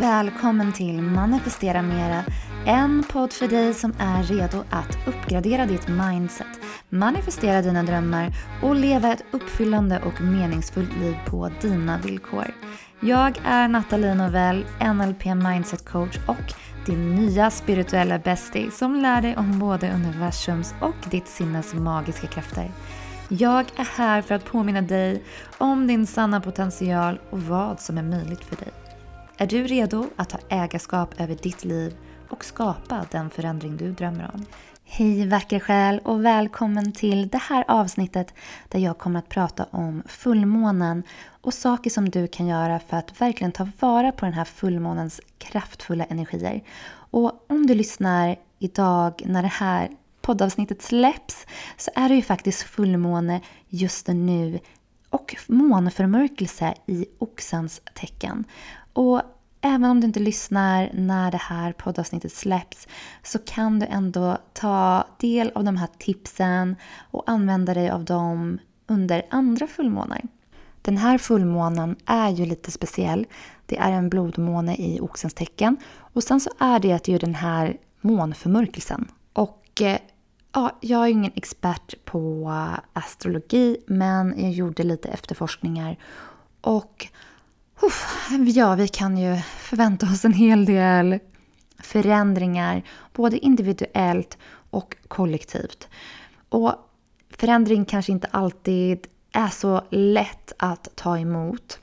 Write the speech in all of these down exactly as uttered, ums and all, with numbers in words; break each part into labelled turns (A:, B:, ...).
A: välkommen till Manifestera Mera, en podd för dig som är redo att uppgradera ditt mindset, manifestera dina drömmar och leva ett uppfyllande och meningsfullt liv på dina villkor. Jag är Nathalie Novell, N L P Mindset Coach och din nya spirituella bestie som lär dig om både universums och ditt sinnes magiska krafter. Jag är här för att påminna dig om din sanna potential och vad som är möjligt för dig. Är du redo att ta ägarskap över ditt liv och skapa den förändring du drömmer om? Hej vacker själ och välkommen till det här avsnittet där jag kommer att prata om fullmånen och saker som du kan göra för att verkligen ta vara på den här fullmånens kraftfulla energier. Och om du lyssnar idag när det här poddavsnittet släpps så är det ju faktiskt fullmåne just nu och månförmörkelse i oxens tecken. Och även om du inte lyssnar när det här poddavsnittet släpps så kan du ändå ta del av de här tipsen och använda dig av dem under andra fullmånar. Den här fullmånen är ju lite speciell. Det är en blodmåne i oxens tecken och sen så är det att ju den här månförmörkelsen. Och ja, jag är ingen expert på astrologi men jag gjorde lite efterforskningar och Uff, ja, vi kan ju förvänta oss en hel del förändringar både individuellt och kollektivt. Och förändring kanske inte alltid är så lätt att ta emot.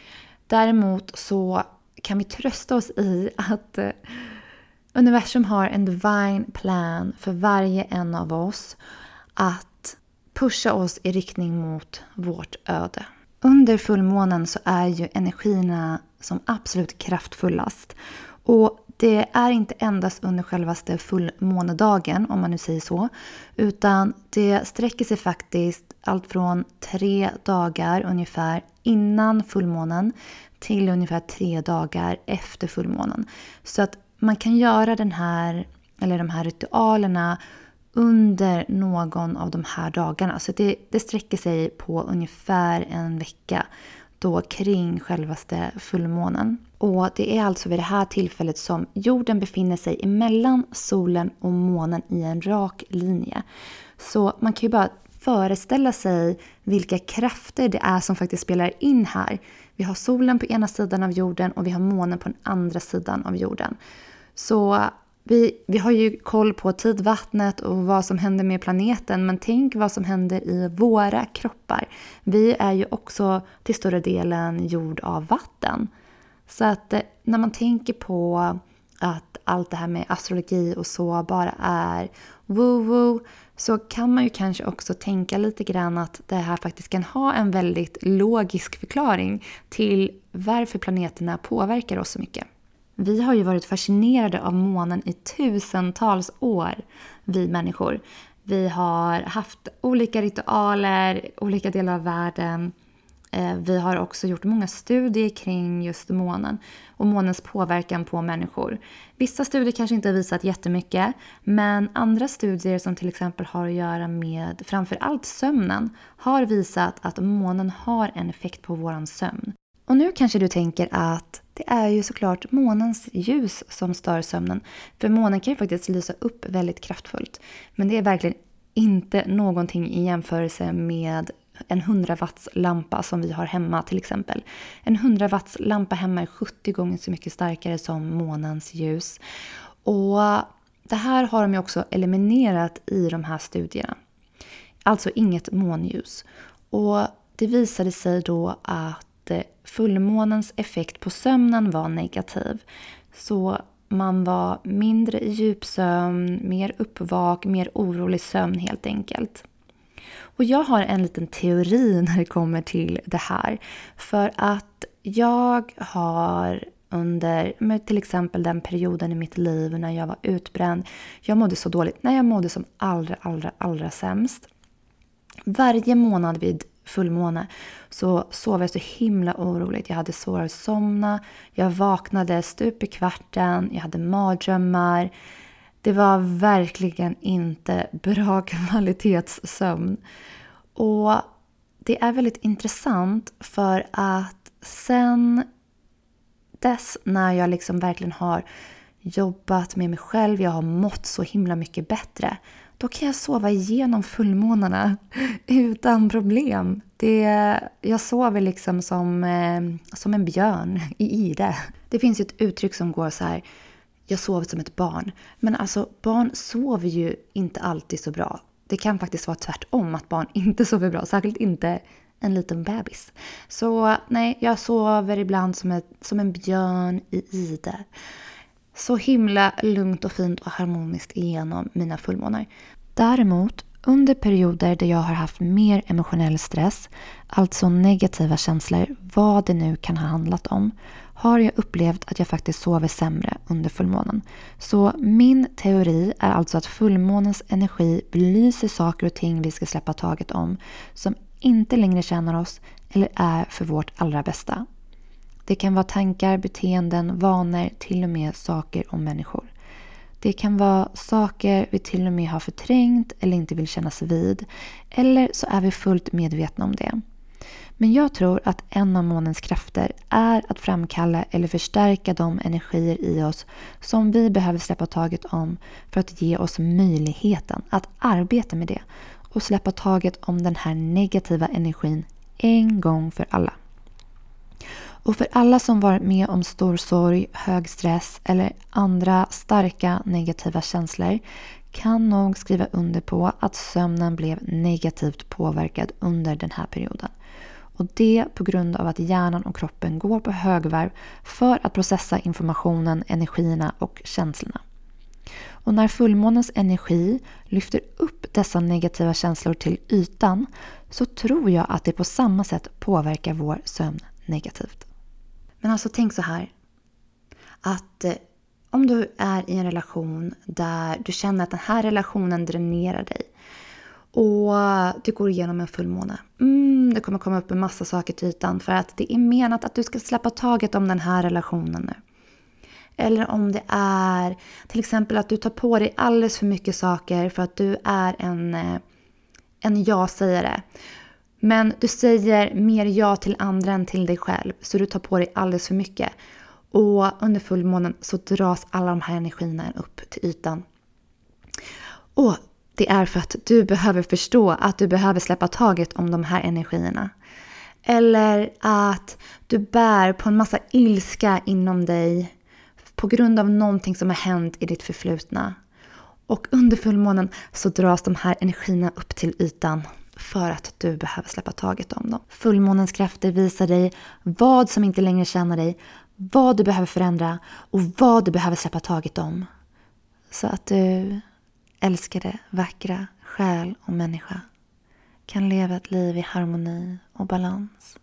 A: Däremot så kan vi trösta oss i att universum har en divine plan för varje en av oss att pusha oss i riktning mot vårt öde. Under fullmånen så är ju energierna som absolut kraftfullast. Och det är inte endast under självaste fullmånedagen, om man nu säger så. Utan det sträcker sig faktiskt allt från tre dagar ungefär innan fullmånen till ungefär tre dagar efter fullmånen. Så att man kan göra den här, eller de här ritualerna under någon av de här dagarna. Så det, det sträcker sig på ungefär en vecka då kring självaste fullmånen. Och det är alltså vid det här tillfället som jorden befinner sig emellan solen och månen i en rak linje. Så man kan ju bara föreställa sig vilka krafter det är som faktiskt spelar in här. Vi har solen på ena sidan av jorden och vi har månen på den andra sidan av jorden. Så Vi, vi har ju koll på tidvattnet och vad som händer med planeten. Men tänk vad som händer i våra kroppar. Vi är ju också till större delen gjord av vatten. Så att när man tänker på att allt det här med astrologi och så bara är woo-woo. Så kan man ju kanske också tänka lite grann att det här faktiskt kan ha en väldigt logisk förklaring till varför planeterna påverkar oss så mycket. Vi har ju varit fascinerade av månen i tusentals år, vi människor. Vi har haft olika ritualer, olika delar av världen. Vi har också gjort många studier kring just månen och månens påverkan på människor. Vissa studier kanske inte har visat jättemycket, men andra studier som till exempel har att göra med framförallt sömnen har visat att månen har en effekt på våran sömn. Och nu kanske du tänker att det är ju såklart månens ljus som stör sömnen. För månen kan ju faktiskt lysa upp väldigt kraftfullt. Men det är verkligen inte någonting i jämförelse med en hundra watts lampa som vi har hemma till exempel. En hundra watts lampa hemma är sjuttio gånger så mycket starkare som månens ljus. Och det här har de ju också eliminerat i de här studierna. Alltså inget månljus. Och det visade sig då att fullmånens effekt på sömnen var negativ. Så man var mindre i djupsömn, mer uppvak, mer orolig sömn helt enkelt. Och jag har en liten teori när det kommer till det här. För att jag har under med till exempel den perioden i mitt liv när jag var utbränd. Jag mådde så dåligt, när jag mådde som allra, allra, allra sämst. Varje månad vid fullmåne så sov jag så himla oroligt. Jag hade svårare att somna. Jag vaknade stup i kvarten. Jag hade mardrömmar. Det var verkligen inte bra kvalitetssömn. Och det är väldigt intressant för att sen dess, när jag liksom verkligen har jobbat med mig själv, jag har mått så himla mycket bättre, då kan jag sova igenom fullmånarna utan problem. Det, jag sover liksom som, eh, som en björn i ide. Det finns ju ett uttryck som går så här: jag sover som ett barn. Men alltså, barn sover ju inte alltid så bra. Det kan faktiskt vara tvärtom, att barn inte sover bra. Särskilt inte en liten bebis. Så nej, jag sover ibland som, ett, som en björn i ide. Så himla lugnt och fint och harmoniskt igenom mina fullmånar. Däremot, under perioder där jag har haft mer emotionell stress, alltså negativa känslor, vad det nu kan ha handlat om, har jag upplevt att jag faktiskt sover sämre under fullmånen. Så min teori är alltså att fullmånens energi belyser saker och ting vi ska släppa taget om, som inte längre tjänar oss eller är för vårt allra bästa. Det kan vara tankar, beteenden, vanor, till och med saker och människor. Det kan vara saker vi till och med har förträngt eller inte vill kännas vid. Eller så är vi fullt medvetna om det. Men jag tror att en av månens krafter är att framkalla eller förstärka de energier i oss som vi behöver släppa taget om för att ge oss möjligheten att arbeta med det och släppa taget om den här negativa energin en gång för alla. Och för alla som varit med om stor sorg, hög stress eller andra starka negativa känslor kan nog skriva under på att sömnen blev negativt påverkad under den här perioden. Och det på grund av att hjärnan och kroppen går på högvarv för att processa informationen, energierna och känslorna. Och när fullmånens energi lyfter upp dessa negativa känslor till ytan, så tror jag att det på samma sätt påverkar vår sömn negativt. Men alltså tänk så här, att eh, om du är i en relation där du känner att den här relationen dränerar dig och du går igenom en fullmåne. Mm, det kommer komma upp en massa saker till ytan för att det är menat att du ska släppa taget om den här relationen nu. Eller om det är till exempel att du tar på dig alldeles för mycket saker för att du är en, en ja-sägare. Men du säger mer ja till andra än till dig själv. Så du tar på dig alldeles för mycket. Och under fullmånen så dras alla de här energierna upp till ytan. Och det är för att du behöver förstå att du behöver släppa taget om de här energierna. Eller att du bär på en massa ilska inom dig på grund av någonting som har hänt i ditt förflutna. Och under fullmånen så dras de här energierna upp till ytan för att du behöver släppa taget om dem. Fullmånens krafter visar dig vad som inte längre tjänar dig, vad du behöver förändra och vad du behöver släppa taget om. Så att du, älskade, vackra själ och människa, kan leva ett liv i harmoni och balans.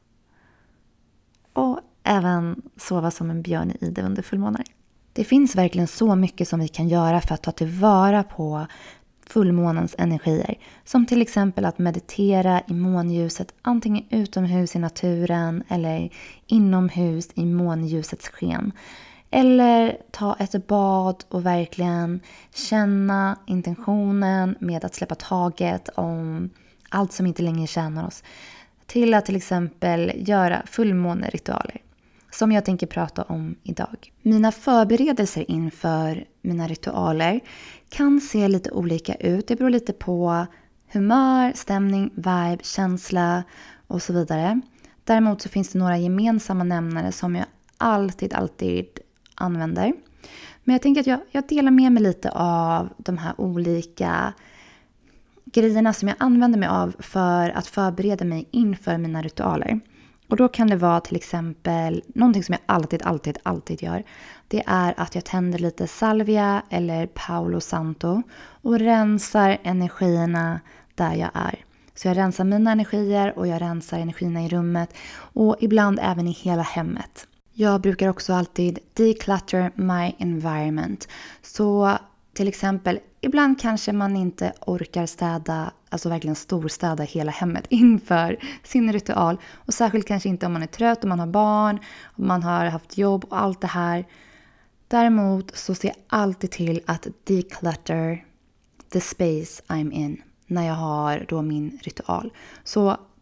A: Och även sova som en björn i ide under fullmånar. Det finns verkligen så mycket som vi kan göra för att ta tillvara på fullmånens energier. Som till exempel att meditera i månljuset, antingen utomhus i naturen eller inomhus i månljusets sken. Eller ta ett bad och verkligen känna intentionen med att släppa taget om allt som inte längre tjänar oss. Till att till exempel göra fullmåneritualer, som jag tänker prata om idag. Mina förberedelser inför mina ritualer kan se lite olika ut. Det beror lite på humör, stämning, vibe, känsla och så vidare. Däremot så finns det några gemensamma nämnare som jag alltid, alltid använder. Men jag tänker att jag, jag delar med mig lite av de här olika grejerna som jag använder mig av för att förbereda mig inför mina ritualer. Och då kan det vara till exempel någonting som jag alltid, alltid, alltid gör. Det är att jag tänder lite salvia eller Palo Santo och rensar energierna där jag är. Så jag rensar mina energier och jag rensar energierna i rummet och ibland även i hela hemmet. Jag brukar också alltid declutter my environment. Så till exempel, ibland kanske man inte orkar städa, alltså verkligen storstäda hela hemmet inför sin ritual. Och särskilt kanske inte om man är trött, om man har barn, om man har haft jobb och allt det här. Däremot så ser jag alltid till att declutter the space I'm in när jag har då min ritual. Så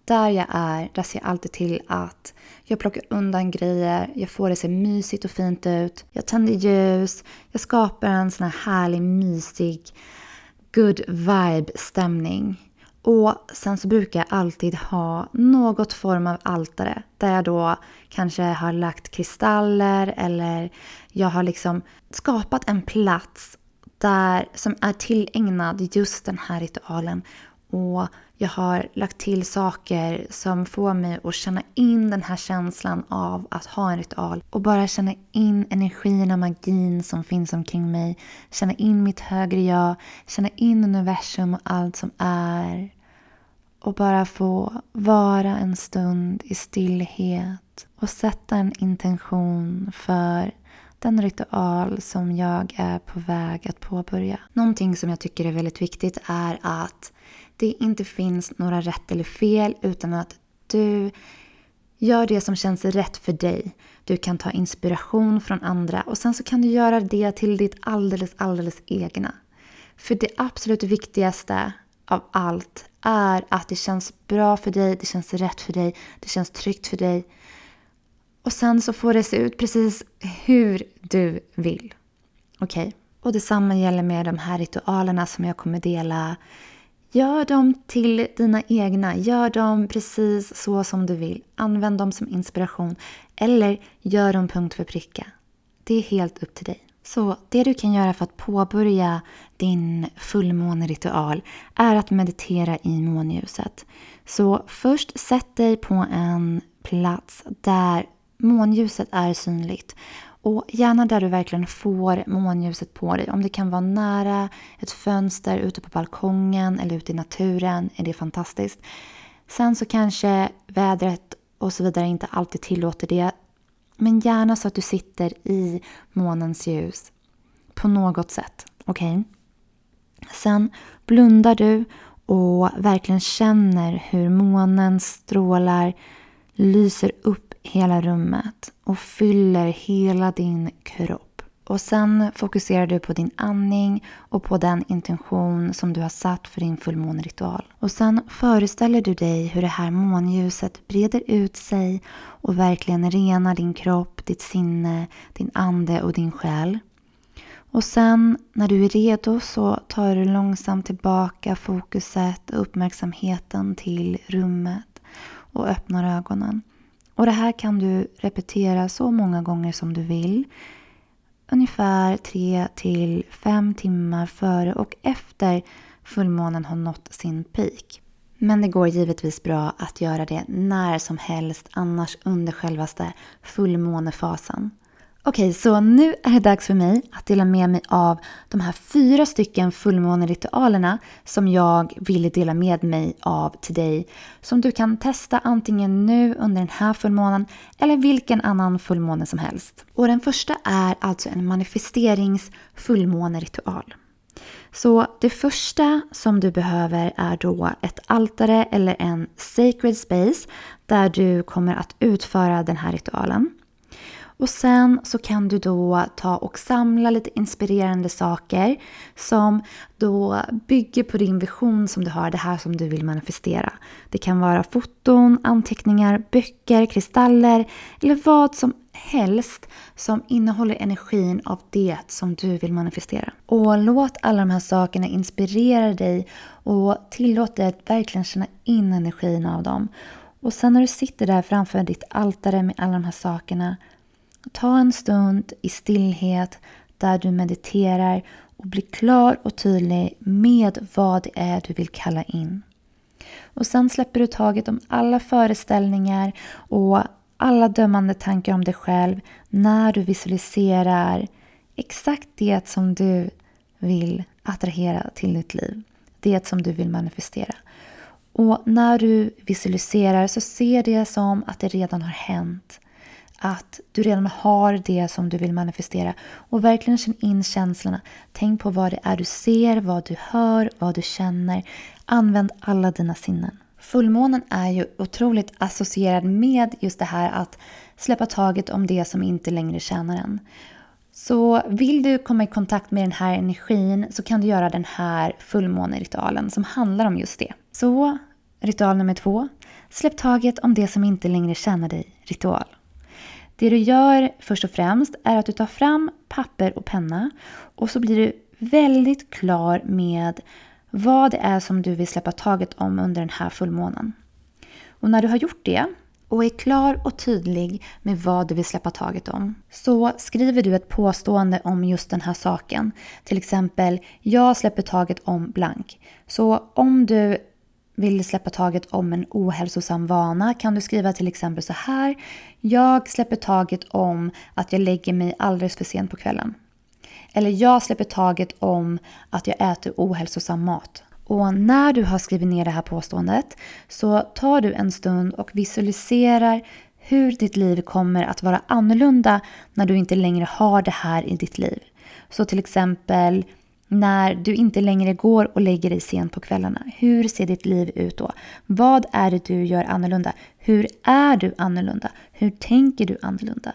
A: där jag är, där ser jag alltid till att jag plockar undan grejer, jag får det se mysigt och fint ut. Jag tänder ljus, jag skapar en sån här härlig, mysig, good vibe-stämning. Och sen så brukar jag alltid ha något form av altare där jag då kanske har lagt kristaller eller jag har liksom skapat en plats där som är tillägnad just den här ritualen. Och jag har lagt till saker som får mig att känna in den här känslan av att ha en ritual. Och bara känna in energin och magin som finns omkring mig. Känna in mitt högre jag. Känna in universum och allt som är. Och bara få vara en stund i stillhet. Och sätta en intention för den ritual som jag är på väg att påbörja. Någonting som jag tycker är väldigt viktigt är att det inte finns några rätt eller fel, utan att du gör det som känns rätt för dig. Du kan ta inspiration från andra och sen så kan du göra det till ditt alldeles, alldeles egna. För det absolut viktigaste av allt är att det känns bra för dig, det känns rätt för dig, det känns tryggt för dig. Och sen så får det se ut precis hur du vill. Okej? Okay? Och detsamma gäller med de här ritualerna som jag kommer dela. Gör dem till dina egna. Gör dem precis så som du vill. Använd dem som inspiration. Eller gör dem punkt för pricka. Det är helt upp till dig. Så det du kan göra för att påbörja din fullmåneritual är att meditera i månljuset. Så först sätt dig på en plats där månljuset är synligt. Och gärna där du verkligen får månljuset på dig. Om det kan vara nära ett fönster ute på balkongen eller ute i naturen är det fantastiskt. Sen så kanske vädret och så vidare inte alltid tillåter det. Men gärna så att du sitter i månens ljus på något sätt. Okej? Okay? Sen blundar du och verkligen känner hur månens strålar lyser upp hela rummet och fyller hela din kropp. Och sen fokuserar du på din andning och på den intention som du har satt för din fullmåneritual. Och sen föreställer du dig hur det här månljuset breder ut sig och verkligen renar din kropp, ditt sinne, din ande och din själ. Och sen när du är redo så tar du långsamt tillbaka fokuset och uppmärksamheten till rummet och öppnar ögonen. Och det här kan du repetera så många gånger som du vill. Ungefär tre till fem timmar före och efter fullmånen har nått sin peak. Men det går givetvis bra att göra det när som helst, annars under självaste fullmånefasen. Okej, så nu är det dags för mig att dela med mig av de här fyra stycken fullmåneritualerna som jag vill dela med mig av till dig. Som du kan testa antingen nu under den här fullmånen eller vilken annan fullmåne som helst. Och den första är alltså en manifesteringsfullmåneritual. Så det första som du behöver är då ett altare eller en sacred space där du kommer att utföra den här ritualen. Och sen så kan du då ta och samla lite inspirerande saker som då bygger på din vision som du har, det här som du vill manifestera. Det kan vara foton, anteckningar, böcker, kristaller eller vad som helst som innehåller energin av det som du vill manifestera. Och låt alla de här sakerna inspirera dig och tillåt dig att verkligen känna in energin av dem. Och sen när du sitter där framför ditt altare med alla de här sakerna, ta en stund i stillhet där du mediterar och blir klar och tydlig med vad det är du vill kalla in. Och sen släpper du taget om alla föreställningar och alla dömande tankar om dig själv när du visualiserar exakt det som du vill attrahera till ditt liv. Det som du vill manifestera. Och när du visualiserar så ser det som att det redan har hänt. Att du redan har det som du vill manifestera. Och verkligen känn in känslorna. Tänk på vad det är du ser, vad du hör, vad du känner. Använd alla dina sinnen. Fullmånen är ju otroligt associerad med just det här att släppa taget om det som inte längre tjänar en. Så vill du komma i kontakt med den här energin så kan du göra den här fullmåneritualen som handlar om just det. Så Ritual nummer två. Släpp taget om det som inte längre tjänar dig. Ritual. Det du gör först och främst är att du tar fram papper och penna. Och så blir du väldigt klar med vad det är som du vill släppa taget om under den här fullmånen. Och när du har gjort det och är klar och tydlig med vad du vill släppa taget om, så skriver du ett påstående om just den här saken. Till exempel, jag släpper taget om blank. Så om du vill släppa taget om en ohälsosam vana kan du skriva till exempel så här: jag släpper taget om att jag lägger mig alldeles för sent på kvällen. Eller jag släpper taget om att jag äter ohälsosam mat. Och när du har skrivit ner det här påståendet så tar du en stund och visualiserar hur ditt liv kommer att vara annorlunda när du inte längre har det här i ditt liv. Så till exempel när du inte längre går och lägger dig sent på kvällarna. Hur ser ditt liv ut då? Vad är det du gör annorlunda? Hur är du annorlunda? Hur tänker du annorlunda?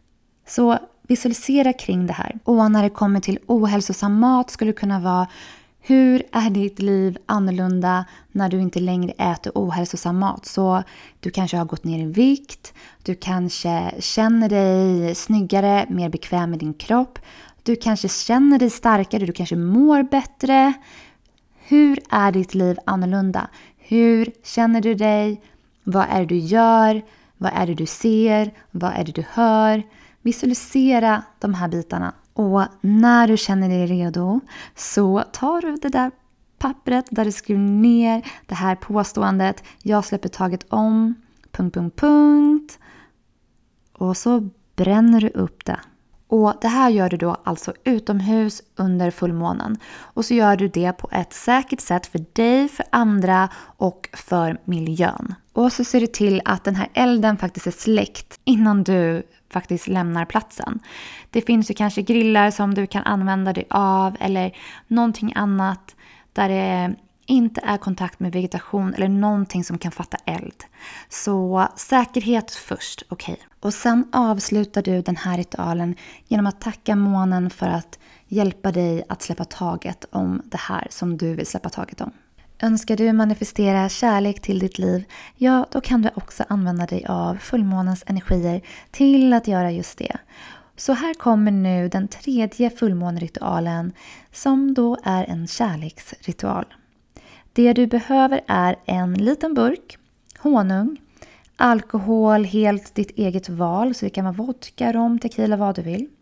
A: Så visualisera kring det här. Och när det kommer till ohälsosam mat skulle det kunna vara: hur är ditt liv annorlunda när du inte längre äter ohälsosam mat? Så du kanske har gått ner i vikt. Du kanske känner dig snyggare, mer bekväm med din kropp. Du kanske känner dig starkare. Du kanske mår bättre. Hur är ditt liv annorlunda? Hur känner du dig? Vad är det du gör? Vad är det du ser? Vad är det du hör? Visualisera de här bitarna. Och när du känner dig redo så tar du det där pappret där du skriver ner det här påståendet. Jag släpper taget om, punkt, punkt, punkt. Och så bränner du upp det. Och det här gör du då alltså utomhus under fullmånen. Och så gör du det på ett säkert sätt för dig, för andra och för miljön. Och så ser du till att den här elden faktiskt är släckt innan du faktiskt lämnar platsen. Det finns ju kanske grillar som du kan använda dig av eller någonting annat där det inte är kontakt med vegetation eller någonting som kan fatta eld. Så säkerhet först, okej. Okay. Och sen avslutar du den här ritualen genom att tacka månen för att hjälpa dig att släppa taget om det här som du vill släppa taget om. Önskar du manifestera kärlek till ditt liv, ja då kan du också använda dig av fullmånens energier till att göra just det. Så här kommer nu den tredje fullmåneritualen som då är en kärleksritual. Det du behöver är en liten burk, honung, alkohol, helt ditt eget val, så det kan vara vodka, rom, tequila, vad du vill.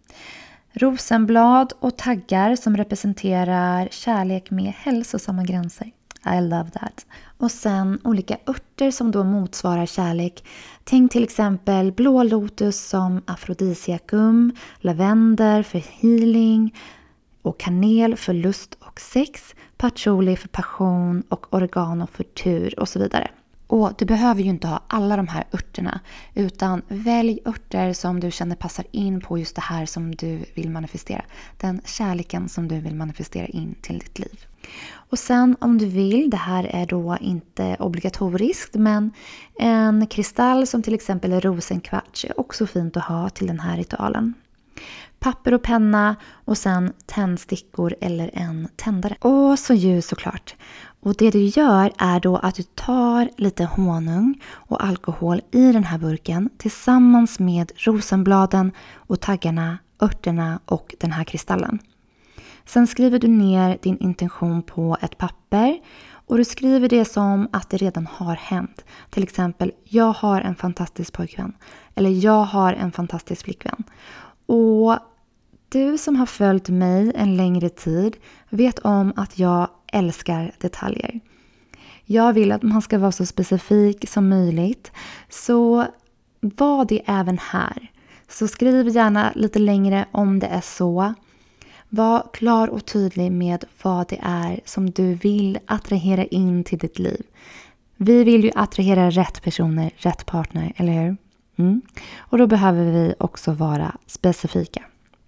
A: Rosenblad och taggar som representerar kärlek med hälsosamma gränser. I love that. Och sen olika örter som då motsvarar kärlek. Tänk till exempel blå lotus som afrodisiakum, lavender för healing och kanel för lust och sex, patchouli för passion och oregano för tur och så vidare. Och du behöver ju inte ha alla de här örterna, utan välj örter som du känner passar in på just det här som du vill manifestera. Den kärleken som du vill manifestera in till ditt liv. Och sen om du vill, det här är då inte obligatoriskt, men en kristall som till exempel är rosenkvarts är också fint att ha till den här ritualen. Papper och penna och sen tändstickor eller en tändare. Och så ljus såklart. Och det du gör är då att du tar lite honung och alkohol i den här burken tillsammans med rosenbladen och taggarna, örterna och den här kristallen. Sen skriver du ner din intention på ett papper och du skriver det som att det redan har hänt. Till exempel, jag har en fantastisk pojkvän eller jag har en fantastisk flickvän. Och du som har följt mig en längre tid vet om att jag älskar detaljer. Jag vill att man ska vara så specifik som möjligt. Så var det även här. Så skriv gärna lite längre om det är så. Var klar och tydlig med vad det är som du vill attrahera in till ditt liv. Vi vill ju attrahera rätt personer, rätt partner, eller hur? Mm. Och då behöver vi också vara specifika.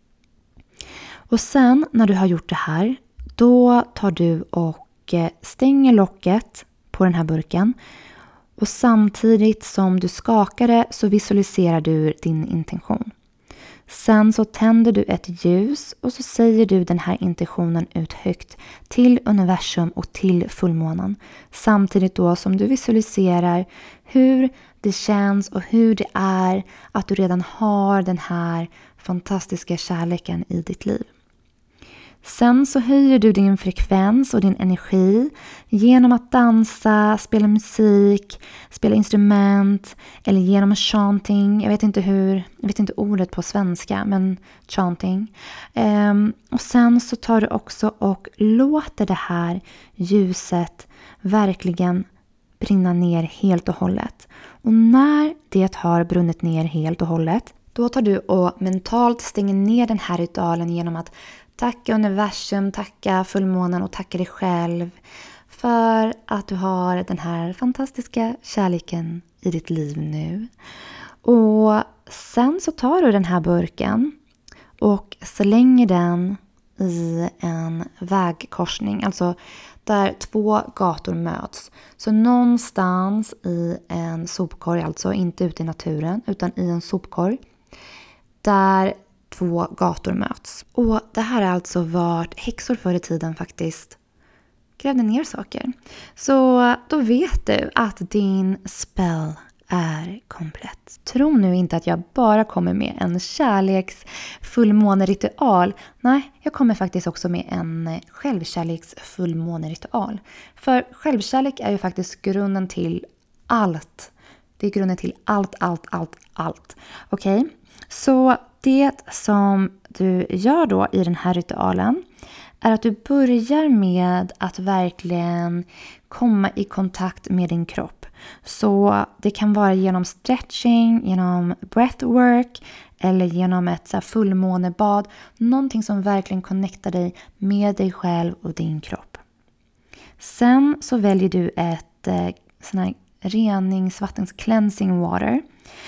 A: Och sen när du har gjort det här, då tar du och stänger locket på den här burken. Och samtidigt som du skakar det så visualiserar du din intention. Sen så tänder du ett ljus och så säger du den här intentionen ut högt till universum och till fullmånen. Samtidigt då som du visualiserar hur det känns och hur det är att du redan har den här fantastiska kärleken i ditt liv. Sen så höjer du din frekvens och din energi genom att dansa, spela musik, spela instrument eller genom chanting. Jag vet inte hur, jag vet inte ordet på svenska, men chanting. Um, och sen så tar du också och låter det här ljuset verkligen brinna ner helt och hållet. Och när det har brunnit ner helt och hållet, då tar du och mentalt stänger ner den här ritualen genom att tacka universum, tacka fullmånen och tacka dig själv för att du har den här fantastiska kärleken i ditt liv nu. Och sen så tar du den här burken och slänger den i en vägkorsning, alltså där två gator möts. Så någonstans i en sopkorg, alltså inte ute i naturen utan i en sopkorg, där två gator möts. Och det här är alltså vart häxor förr i tiden faktiskt grävde ner saker. Så då vet du att din spell är komplett. Tro nu inte att jag bara kommer med en kärleks fullmåneritual. Nej, jag kommer faktiskt också med en självkärleks fullmåneritual. För självkärlek är ju faktiskt grunden till allt. Det är grunden till allt, allt, allt, allt. Okej? Okay? Så det som du gör då i den här ritualen är att du börjar med att verkligen komma i kontakt med din kropp. Så det kan vara genom stretching, genom breathwork eller genom ett så här fullmånebad. Någonting som verkligen connectar dig med dig själv och din kropp. Sen så väljer du ett eh, sån här reningsvattens cleansing water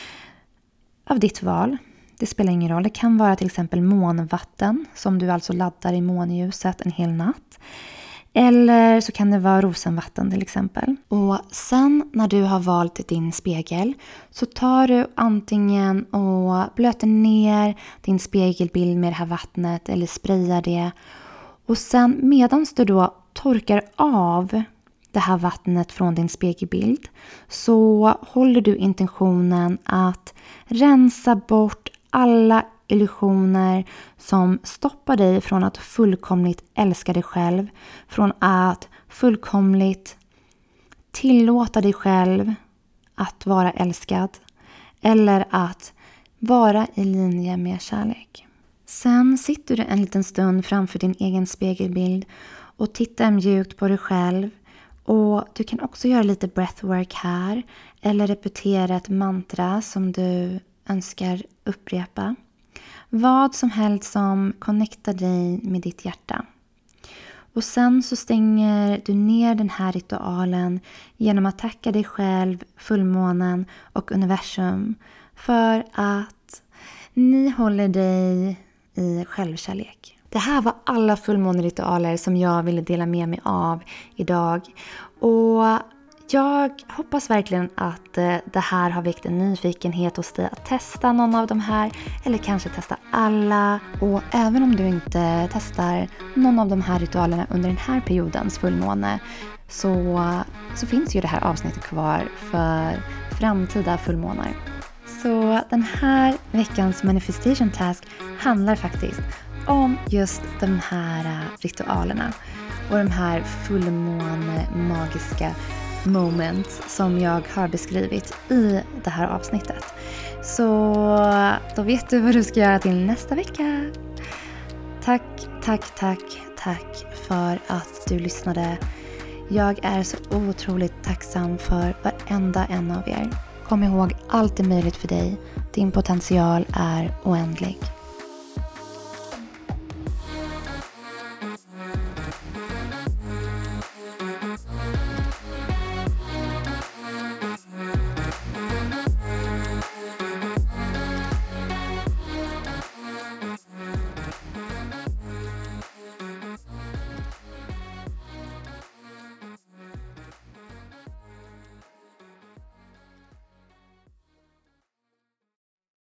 A: av ditt val. Det spelar ingen roll. Det kan vara till exempel månvatten som du alltså laddar i månljuset en hel natt. Eller så kan det vara rosenvatten till exempel. Och sen när du har valt din spegel så tar du antingen och blöter ner din spegelbild med det här vattnet eller sprayar det. Och sen medan du då torkar av det här vattnet från din spegelbild så håller du intentionen att rensa bort alla illusioner som stoppar dig från att fullkomligt älska dig själv. Från att fullkomligt tillåta dig själv att vara älskad. Eller att vara i linje med kärlek. Sen sitter du en liten stund framför din egen spegelbild och tittar mjukt på dig själv. Och du kan också göra lite breathwork här. Eller repetera ett mantra som du önskar upprepa. Vad som helst som connectar dig med ditt hjärta. Och sen så stänger du ner den här ritualen genom att tacka dig själv, fullmånen och universum för att ni håller dig i självkärlek. Det här var alla fullmåneritualer som jag ville dela med mig av idag. Och jag hoppas verkligen att det här har väckt en nyfikenhet hos dig att testa någon av de här. Eller kanske testa alla. Och även om du inte testar någon av de här ritualerna under den här periodens fullmåne. Så, så finns ju det här avsnittet kvar för framtida fullmånar. Så den här veckans manifestation task handlar faktiskt om just de här ritualerna. Och de här fullmåne magiska moments som jag har beskrivit i det här avsnittet. Så då vet du vad du ska göra till nästa vecka. Tack, tack, tack, tack för att du lyssnade. Jag är så otroligt tacksam för varenda en av er. Kom ihåg, allt är möjligt för dig. Din potential är oändlig.